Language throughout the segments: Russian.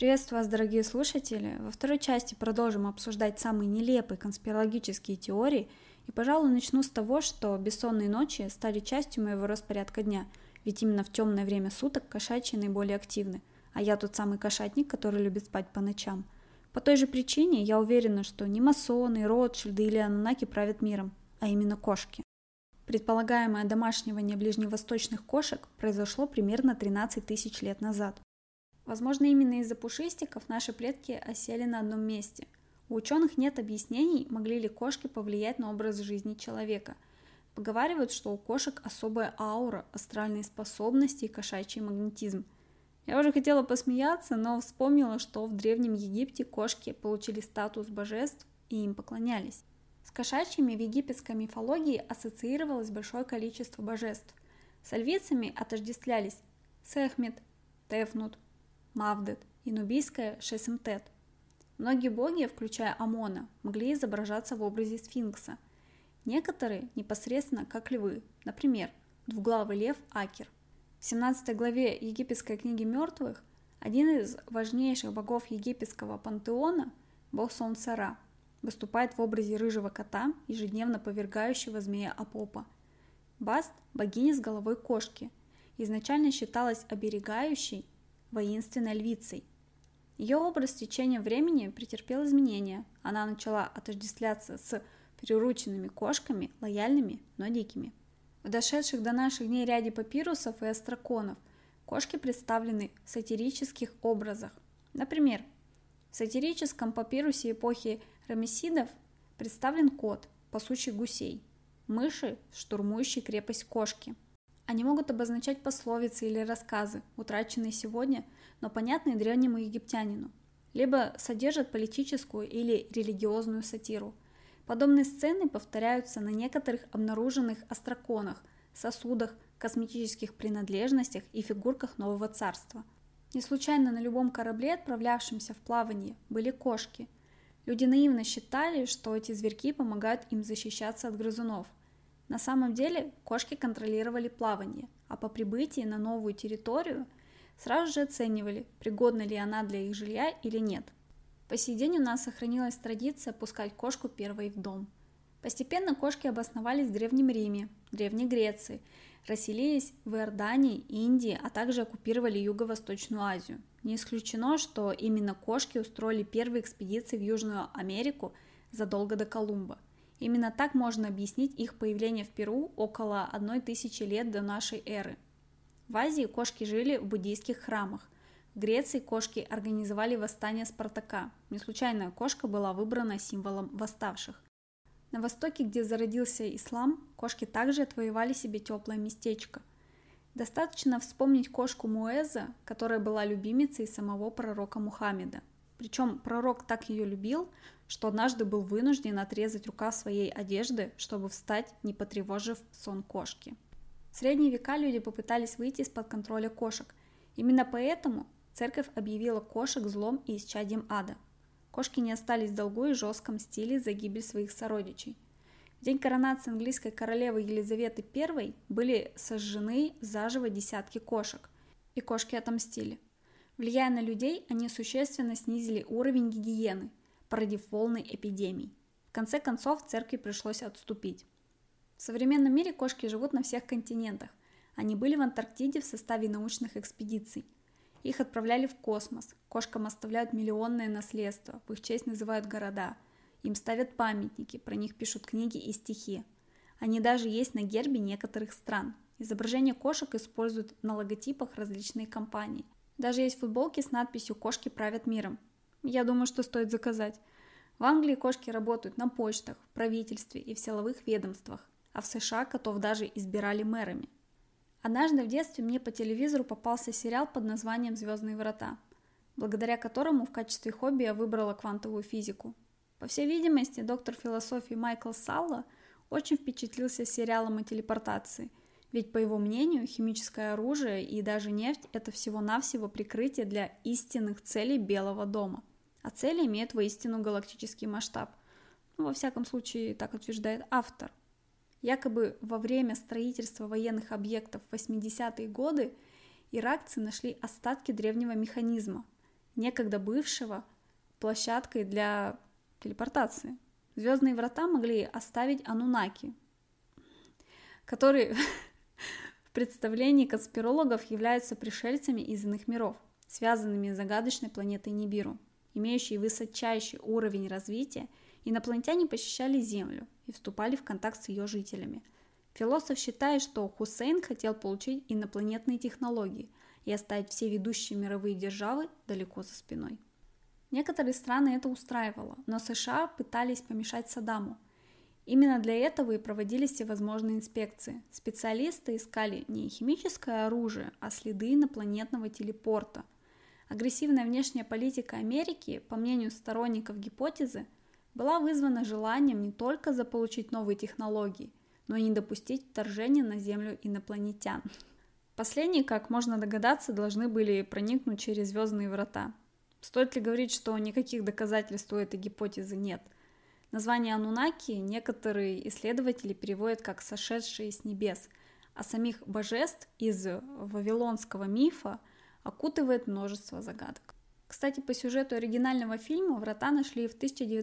Приветствую вас, дорогие слушатели! Во второй части продолжим обсуждать самые нелепые конспирологические теории, и, пожалуй, начну с того, что бессонные ночи стали частью моего распорядка дня, ведь именно в темное время суток кошачьи наиболее активны, а я тот самый кошатник, который любит спать по ночам. По той же причине я уверена, что не масоны, Ротшильды или Ануннаки правят миром, а именно кошки. Предполагаемое домашнивание ближневосточных кошек произошло примерно 13 тысяч лет назад. Возможно, именно из-за пушистиков наши предки осели на одном месте. У ученых нет объяснений, могли ли кошки повлиять на образ жизни человека. Поговаривают, что у кошек особая аура, астральные способности и кошачий магнетизм. Я уже хотела посмеяться, но вспомнила, что в Древнем Египте кошки получили статус божеств и им поклонялись. С кошачьими в египетской мифологии ассоциировалось большое количество божеств. С альвийцами отождествлялись Сехмет, Тефнут, Мавдет и нубийская Шесемтет. Многие боги, включая Амона, могли изображаться в образе сфинкса. Некоторые непосредственно как львы, например, двуглавый лев Акер. В 17 главе египетской книги мертвых один из важнейших богов египетского пантеона, бог солнца Ра, выступает в образе рыжего кота, ежедневно повергающего змея Апопа. Баст – богиня с головой кошки, изначально считалась оберегающей, воинственной львицей. Ее образ с течением времени претерпел изменения. Она начала отождествляться с прирученными кошками, лояльными, но дикими. В дошедших до наших дней ряде папирусов и остроконов кошки представлены в сатирических образах. Например, в сатирическом папирусе эпохи Рамесидов представлен кот, пасущий гусей, мыши, штурмующие крепость кошки. Они могут обозначать пословицы или рассказы, утраченные сегодня, но понятные древнему египтянину, либо содержат политическую или религиозную сатиру. Подобные сцены повторяются на некоторых обнаруженных остроконах, сосудах, косметических принадлежностях и фигурках Нового Царства. Не случайно на любом корабле, отправлявшемся в плавание, были кошки. Люди наивно считали, что эти зверьки помогают им защищаться от грызунов. На самом деле кошки контролировали плавание, а по прибытии на новую территорию сразу же оценивали, пригодна ли она для их жилья или нет. По сей день у нас сохранилась традиция пускать кошку первой в дом. Постепенно кошки обосновались в Древнем Риме, Древней Греции, расселились в Иордании, Индии, а также оккупировали Юго-Восточную Азию. Не исключено, что именно кошки устроили первые экспедиции в Южную Америку задолго до Колумба. Именно так можно объяснить их появление в Перу около 1000 лет до нашей эры. В Азии кошки жили в буддийских храмах. В Греции кошки организовали восстание Спартака. Не случайно кошка была выбрана символом восставших. На востоке, где зародился ислам, кошки также отвоевали себе теплое местечко. Достаточно вспомнить кошку Муэза, которая была любимицей самого пророка Мухаммеда. Причем пророк так ее любил, что однажды был вынужден отрезать рукав своей одежды, чтобы встать, не потревожив сон кошки. В средние века люди попытались выйти из-под контроля кошек. Именно поэтому церковь объявила кошек злом и исчадием ада. Кошки не остались в долгу и жестко мстили за гибель своих сородичей. В день коронации английской королевы Елизаветы I были сожжены заживо десятки кошек, и кошки отомстили. Влияя на людей, они существенно снизили уровень гигиены, породив волны эпидемий. В конце концов, церкви пришлось отступить. В современном мире кошки живут на всех континентах. Они были в Антарктиде в составе научных экспедиций. Их отправляли в космос. Кошкам оставляют миллионное наследство, в их честь называют города. Им ставят памятники, про них пишут книги и стихи. Они даже есть на гербе некоторых стран. Изображения кошек используют на логотипах различные компании. Даже есть футболки с надписью «Кошки правят миром». Я думаю, что стоит заказать. В Англии кошки работают на почтах, в правительстве и в силовых ведомствах, а в США котов даже избирали мэрами. Однажды в детстве мне по телевизору попался сериал под названием «Звездные врата», благодаря которому в качестве хобби я выбрала квантовую физику. По всей видимости, доктор философии Майкл Салла очень впечатлился сериалом о телепортации, ведь, по его мнению, химическое оружие и даже нефть – это всего-навсего прикрытие для истинных целей Белого дома. А цели имеют воистину галактический масштаб. Во всяком случае, так утверждает автор. Якобы во время строительства военных объектов в 80-е годы иракцы нашли остатки древнего механизма. некогда бывшего площадкой для телепортации. Звездные врата могли оставить анунаки, которые в представлении конспирологов являются пришельцами из иных миров, связанными с загадочной планетой Нибиру, имеющей высочайший уровень развития. Инопланетяне посещали Землю и вступали в контакт с ее жителями. Философ считает, что Хусейн хотел получить инопланетные технологии и оставить все ведущие мировые державы далеко за спиной. Некоторые страны это устраивало, но США пытались помешать Саддаму. Именно для этого и проводились всевозможные инспекции. Специалисты искали не химическое оружие, а следы инопланетного телепорта. Агрессивная внешняя политика Америки, по мнению сторонников гипотезы, была вызвана желанием не только заполучить новые технологии, но и не допустить вторжения на Землю инопланетян. Последние, как можно догадаться, должны были проникнуть через звездные врата. Стоит ли говорить, что никаких доказательств у этой гипотезы нет? Название Анунаки некоторые исследователи переводят как «сошедшие с небес», а самих божеств из вавилонского мифа окутывает множество загадок. Кстати, по сюжету оригинального фильма врата нашли в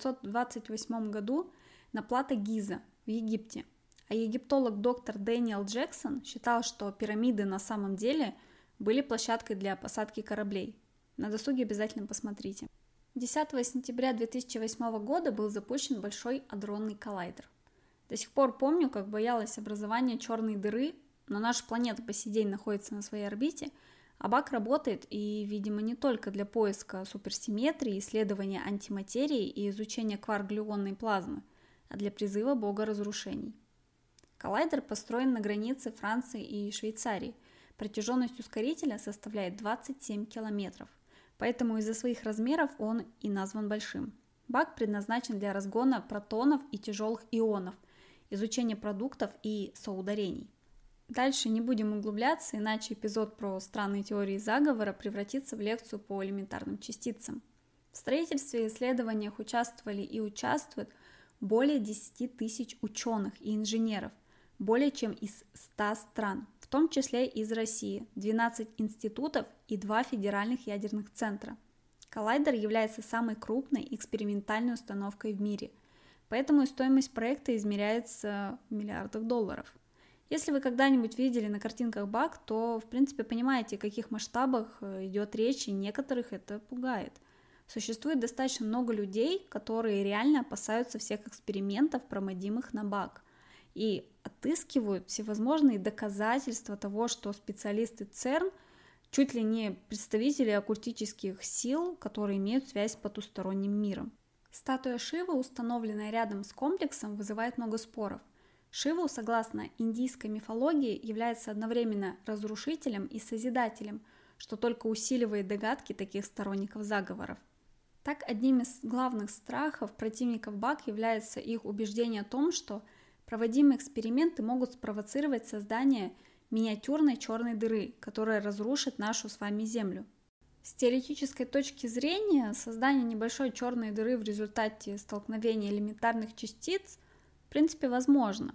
1928 году на плато Гиза в Египте, а египтолог доктор Дэниел Джексон считал, что пирамиды на самом деле были площадкой для посадки кораблей. На досуге обязательно посмотрите. 10 сентября 2008 года был запущен Большой адронный коллайдер. До сих пор помню, как боялась образования черной дыры, но наша планета по сей день находится на своей орбите, а БАК работает и, видимо, не только для поиска суперсимметрии, исследования антиматерии и изучения кварк-глюонной плазмы, а для призыва бога разрушений. Коллайдер построен на границе Франции и Швейцарии. Протяженность ускорителя составляет 27 километров. Поэтому из-за своих размеров он и назван большим. БАК предназначен для разгона протонов и тяжелых ионов, изучения продуктов и соударений. Дальше не будем углубляться, иначе эпизод про странные теории заговора превратится в лекцию по элементарным частицам. В строительстве и исследованиях участвовали и участвуют более 10 тысяч ученых и инженеров, более чем из 100 стран, в том числе из России, 12 институтов и 2 федеральных ядерных центра. Коллайдер является самой крупной экспериментальной установкой в мире, поэтому и стоимость проекта измеряется в миллиардах долларов. Если вы когда-нибудь видели на картинках БАК, то, в принципе, понимаете, о каких масштабах идет речь, и некоторых это пугает. Существует достаточно много людей, которые реально опасаются всех экспериментов, проводимых на БАК, и отыскивают всевозможные доказательства того, что специалисты ЦЕРН чуть ли не представители оккультических сил, которые имеют связь с потусторонним миром. Статуя Шивы, установленная рядом с комплексом, вызывает много споров. Шиву, согласно индийской мифологии, является одновременно разрушителем и созидателем, что только усиливает догадки таких сторонников заговоров. Так, одним из главных страхов противников БАК является их убеждение о том, что проводимые эксперименты могут спровоцировать создание миниатюрной черной дыры, которая разрушит нашу с вами Землю. С теоретической точки зрения, создание небольшой черной дыры в результате столкновения элементарных частиц в принципе возможно,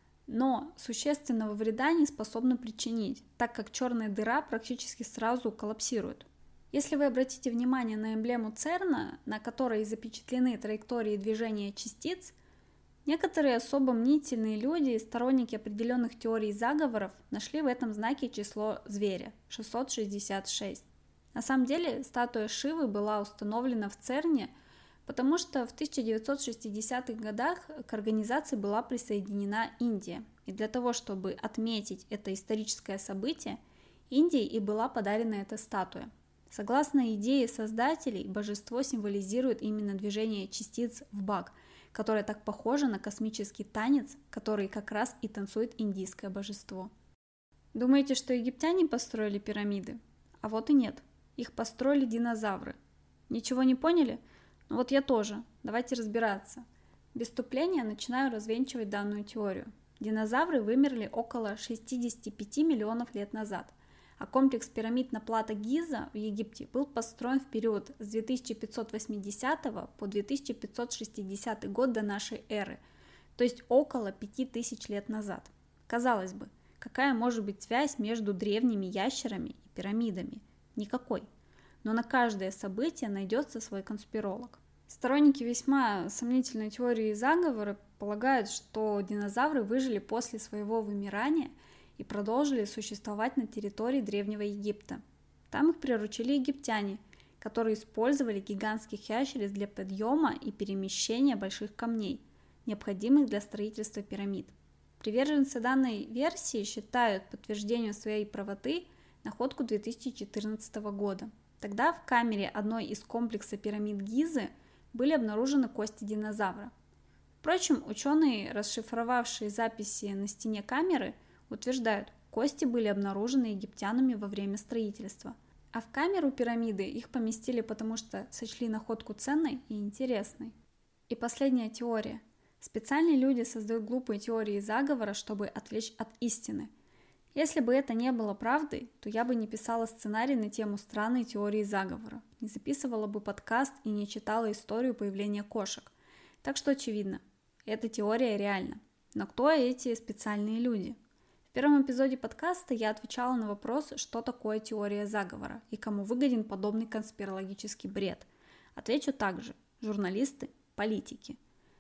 но существенного вреда не способно причинить, так как черная дыра практически сразу коллапсирует. Если вы обратите внимание на эмблему ЦЕРНа, на которой запечатлены траектории движения частиц, некоторые особо мнительные люди и сторонники определенных теорий заговоров нашли в этом знаке число зверя – 666. На самом деле статуя Шивы была установлена в ЦЕРНе, потому что в 1960-х годах к организации была присоединена Индия. И для того, чтобы отметить это историческое событие, Индии и была подарена эта статуя. Согласно идее создателей, божество символизирует именно движение частиц в БАК, которое так похоже на космический танец, который как раз и танцует индийское божество. Думаете, что египтяне построили пирамиды? А вот и нет. Их построили динозавры. Ничего не поняли? Ну вот я тоже. Давайте разбираться. Без вступления начинаю развенчивать данную теорию. Динозавры вымерли около 65 миллионов лет назад, а комплекс пирамид на плато Гиза в Египте был построен в период с 2580 по 2560 год до нашей эры, то есть около 5000 лет назад. Казалось бы, какая может быть связь между древними ящерами и пирамидами? Никакой. но на каждое событие найдется свой конспиролог. Сторонники весьма сомнительной теории заговора полагают, что динозавры выжили после своего вымирания и продолжили существовать на территории Древнего Египта. Там их приручили египтяне, которые использовали гигантских ящериц для подъема и перемещения больших камней, необходимых для строительства пирамид. Приверженцы данной версии считают подтверждением своей правоты находку 2014 года. Тогда в камере одной из комплекса пирамид Гизы были обнаружены кости динозавра. Впрочем, ученые, расшифровавшие записи на стене камеры, утверждают, кости были обнаружены египтянами во время строительства. А в камеру пирамиды их поместили, потому что сочли находку ценной и интересной. И последняя теория. Специальные люди создают глупые теории заговора, чтобы отвлечь от истины. Если бы это не было правдой, то я бы не писала сценарий на тему странной теории заговора, не записывала бы подкаст и не читала историю появления кошек. Так что очевидно, эта теория реальна. Но кто эти специальные люди? В первом эпизоде подкаста я отвечала на вопрос, что такое теория заговора и кому выгоден подобный конспирологический бред. Отвечу также: журналисты, политики.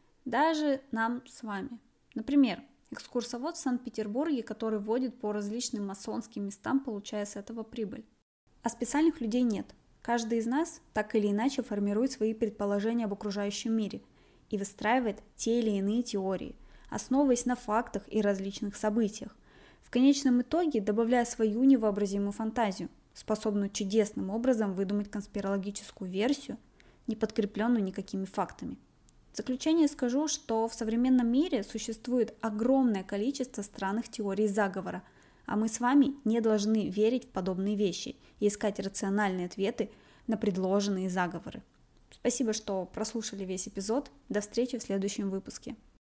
Даже нам с вами. Например, экскурсовод в Санкт-Петербурге, который водит по различным масонским местам, получая с этого прибыль. А специальных людей нет. Каждый из нас так или иначе формирует свои предположения об окружающем мире и выстраивает те или иные теории, основываясь на фактах и различных событиях, в конечном итоге добавляя свою невообразимую фантазию, способную чудесным образом выдумать конспирологическую версию, не подкрепленную никакими фактами. В заключение скажу, что в современном мире существует огромное количество странных теорий заговора, а мы с вами не должны верить в подобные вещи и искать рациональные ответы на предложенные заговоры. Спасибо, что прослушали весь эпизод. До встречи в следующем выпуске.